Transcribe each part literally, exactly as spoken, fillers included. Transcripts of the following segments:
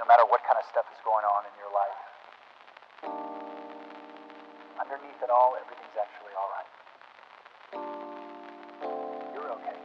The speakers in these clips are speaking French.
no matter what kind of stuff is going on in your life, underneath it all, everything's actually all right. You're okay.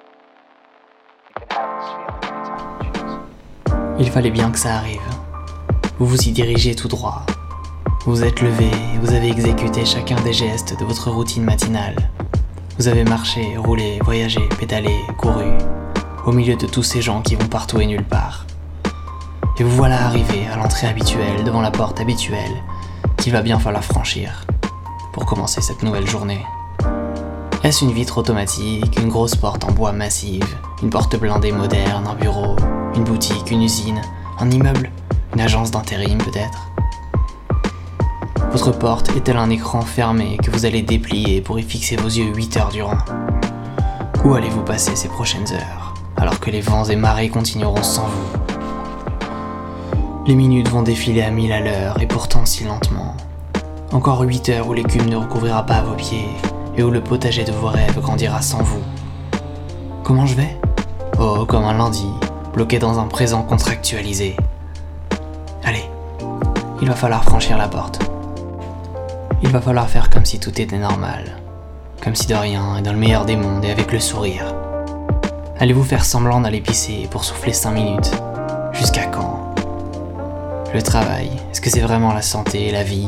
You can have this feeling anytime you choose. Il fallait bien que ça arrive. Vous vous y dirigez tout droit. Vous vous êtes levé, vous avez exécuté chacun des gestes de votre routine matinale. Vous avez marché, roulé, voyagé, pédalé, couru, au milieu de tous ces gens qui vont partout et nulle part. Et vous voilà arrivé à l'entrée habituelle, devant la porte habituelle, qu'il va bien falloir franchir pour commencer cette nouvelle journée. Est-ce une vitre automatique, une grosse porte en bois massive, une porte blindée moderne, un bureau, une boutique, une usine, un immeuble, une agence d'intérim peut-être ? Votre porte est-elle un écran fermé que vous allez déplier pour y fixer vos yeux huit heures durant ? Où allez-vous passer ces prochaines heures, alors que les vents et marées continueront sans vous ? Les minutes vont défiler à mille à l'heure, et pourtant si lentement. Encore huit heures où l'écume ne recouvrira pas vos pieds, et où le potager de vos rêves grandira sans vous. Comment je vais ? Oh, comme un lundi, bloqué dans un présent contractualisé. Allez, il va falloir franchir la porte. Il va falloir faire comme si tout était normal. Comme si de rien, et dans le meilleur des mondes, et avec le sourire. Allez-vous faire semblant d'aller pisser pour souffler cinq minutes ? Jusqu'à quand ? Le travail, est-ce que c'est vraiment la santé et la vie ?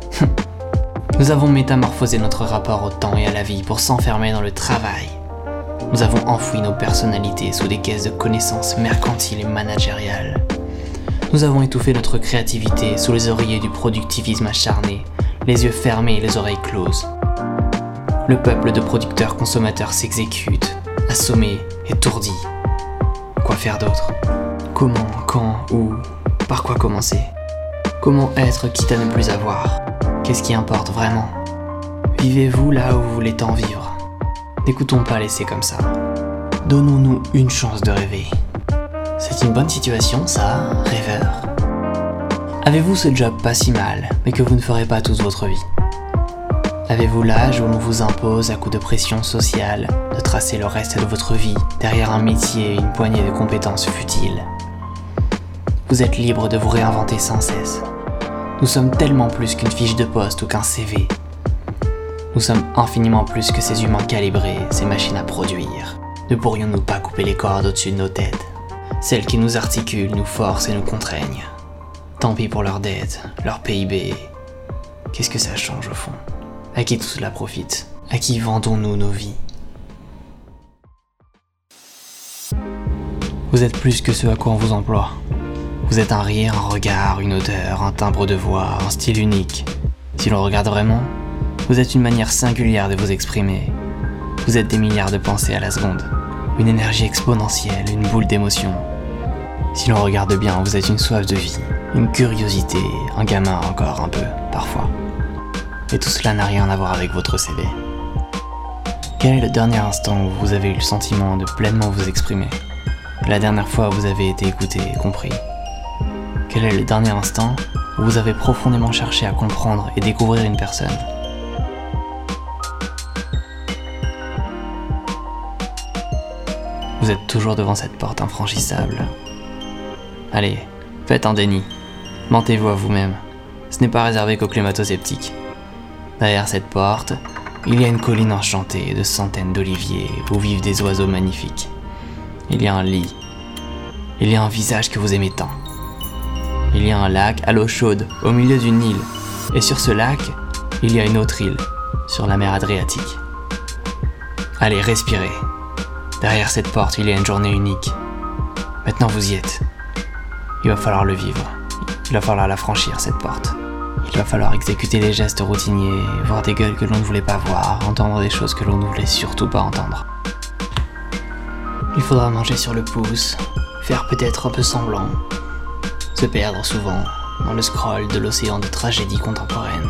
Nous avons métamorphosé notre rapport au temps et à la vie pour s'enfermer dans le travail. Nous avons enfoui nos personnalités sous des caisses de connaissances mercantiles et managériales. Nous avons étouffé notre créativité sous les oreillers du productivisme acharné, les yeux fermés et les oreilles closes. Le peuple de producteurs-consommateurs s'exécute, assommé, étourdi. Quoi faire d'autre ? Comment, quand, où, par quoi commencer ? Comment être quitte à ne plus avoir ? Qu'est-ce qui importe vraiment ? Vivez-vous là où vous voulez tant vivre ? N'écoutons pas laisser comme ça. Donnons-nous une chance de rêver. C'est une bonne situation, ça, rêveur ? Avez-vous ce job pas si mal, mais que vous ne ferez pas toute votre vie ? Avez-vous l'âge où l'on vous impose, à coup de pression sociale, de tracer le reste de votre vie derrière un métier et une poignée de compétences futiles ? Vous êtes libre de vous réinventer sans cesse. Nous sommes tellement plus qu'une fiche de poste ou qu'un C V. Nous sommes infiniment plus que ces humains calibrés, ces machines à produire. Ne pourrions-nous pas couper les cordes au-dessus de nos têtes ? Celles qui nous articulent, nous forcent et nous contraignent. Tant pis pour leur dette, leur P I B. Qu'est-ce que ça change au fond ? À qui tout cela profite ? À qui vendons-nous nos vies ? Vous êtes plus que ce à quoi on vous emploie. Vous êtes un rire, un regard, une odeur, un timbre de voix, un style unique. Si l'on regarde vraiment, vous êtes une manière singulière de vous exprimer. Vous êtes des milliards de pensées à la seconde. Une énergie exponentielle, une boule d'émotions. Si l'on regarde bien, vous êtes une soif de vie, une curiosité, un gamin encore un peu, parfois. Et tout cela n'a rien à voir avec votre C V. Quel est le dernier instant où vous avez eu le sentiment de pleinement vous exprimer ? La dernière fois où vous avez été écouté et compris ? Quel est le dernier instant où vous avez profondément cherché à comprendre et découvrir une personne ? Vous êtes toujours devant cette porte infranchissable. Allez, faites un déni. Mentez-vous à vous-même. Ce n'est pas réservé qu'aux climato-sceptiques. Derrière cette porte, il y a une colline enchantée de centaines d'oliviers où vivent des oiseaux magnifiques. Il y a un lit. Il y a un visage que vous aimez tant. Il y a un lac à l'eau chaude au milieu d'une île. Et sur ce lac, il y a une autre île, sur la mer Adriatique. Allez, respirez. Derrière cette porte, il y a une journée unique. Maintenant vous y êtes. Il va falloir le vivre. Il va falloir la franchir, cette porte. Il va falloir exécuter les gestes routiniers, voir des gueules que l'on ne voulait pas voir, entendre des choses que l'on ne voulait surtout pas entendre. Il faudra manger sur le pouce, faire peut-être un peu semblant, se perdre souvent dans le scroll de l'océan de tragédie contemporaine.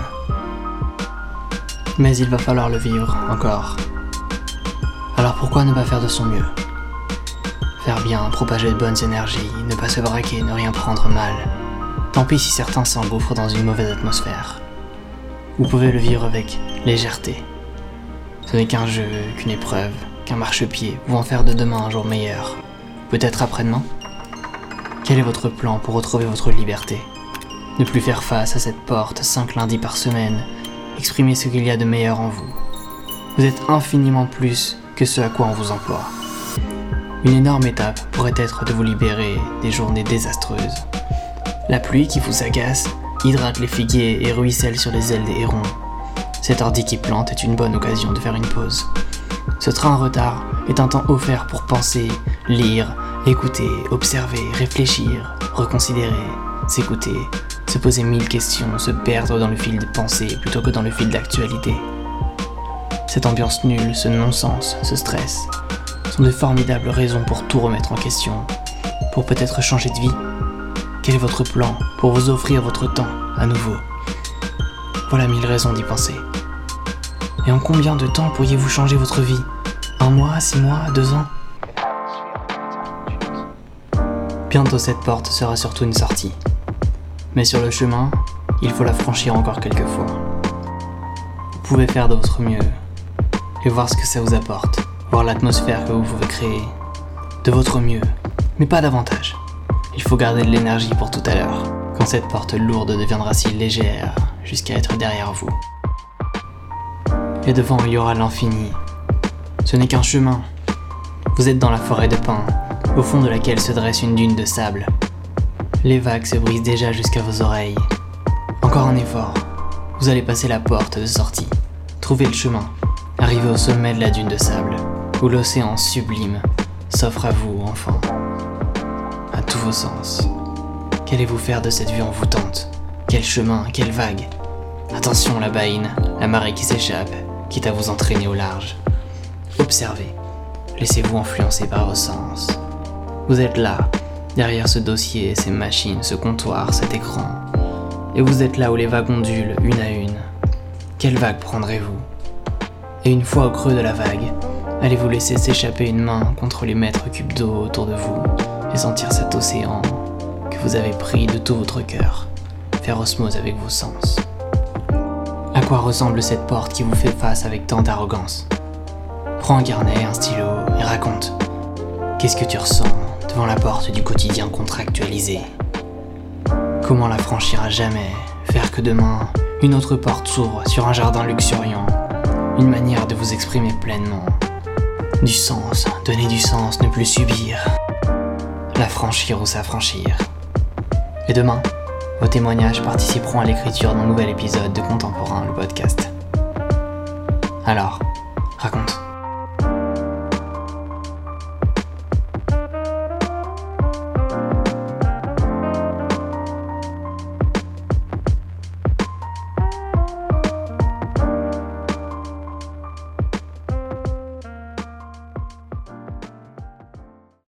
Mais il va falloir le vivre, encore. Alors pourquoi ne pas faire de son mieux ? Faire bien, propager de bonnes énergies, ne pas se braquer, ne rien prendre mal. Tant pis si certains s'engouffrent dans une mauvaise atmosphère. Vous pouvez le vivre avec légèreté. Ce n'est qu'un jeu, qu'une épreuve, qu'un marchepied, ou en faire de demain un jour meilleur. Peut-être après-demain ? Quel est votre plan pour retrouver votre liberté ? Ne plus faire face à cette porte cinq lundis par semaine, exprimer ce qu'il y a de meilleur en vous. Vous êtes infiniment plus que ce à quoi on vous emploie. Une énorme étape pourrait être de vous libérer des journées désastreuses. La pluie qui vous agace hydrate les figuiers et ruisselle sur les ailes des hérons. Cet ordi qui plante est une bonne occasion de faire une pause. Ce train en retard est un temps offert pour penser, lire, écouter, observer, réfléchir, reconsidérer, s'écouter, se poser mille questions, se perdre dans le fil des pensées plutôt que dans le fil d'actualité. Cette ambiance nulle, ce non-sens, ce stress, sont de formidables raisons pour tout remettre en question, pour peut-être changer de vie. Quel est votre plan pour vous offrir votre temps à nouveau ? Voilà mille raisons d'y penser. Et en combien de temps pourriez-vous changer votre vie ? Un mois, six mois, deux ans ? Bientôt cette porte sera surtout une sortie. Mais sur le chemin, il faut la franchir encore quelques fois. Vous pouvez faire de votre mieux et voir ce que ça vous apporte, voir l'atmosphère que vous pouvez créer. De votre mieux, mais pas davantage. Il faut garder de l'énergie pour tout à l'heure, quand cette porte lourde deviendra si légère jusqu'à être derrière vous. Et devant, il y aura l'infini. Ce n'est qu'un chemin. Vous êtes dans la forêt de pins, au fond de laquelle se dresse une dune de sable. Les vagues se brisent déjà jusqu'à vos oreilles. Encore un effort. Vous allez passer la porte de sortie, trouver le chemin, arriver au sommet de la dune de sable, où l'océan sublime s'offre à vous, enfin, à tous vos sens. Qu'allez-vous faire de cette vue envoûtante ? Quel chemin, quelle vague ? Attention la baïne, la marée qui s'échappe, quitte à vous entraîner au large. Observez, laissez-vous influencer par vos sens. Vous êtes là, derrière ce dossier, ces machines, ce comptoir, cet écran. Et vous êtes là où les vagues ondulent, une à une. Quelle vague prendrez-vous ? Et une fois au creux de la vague, allez-vous laisser s'échapper une main contre les mètres cubes d'eau autour de vous et sentir cet océan que vous avez pris de tout votre cœur, faire osmose avec vos sens. À quoi ressemble cette porte qui vous fait face avec tant d'arrogance ? Prends un carnet, un stylo et raconte. Qu'est-ce que tu ressens devant la porte du quotidien contractualisé ? Comment la franchir à jamais ? Faire que demain, une autre porte s'ouvre sur un jardin luxuriant. Une manière de vous exprimer pleinement. Du sens, donner du sens, ne plus subir. La franchir ou s'affranchir. Et demain, vos témoignages participeront à l'écriture d'un nouvel épisode de Contemporain, le podcast. Alors, raconte.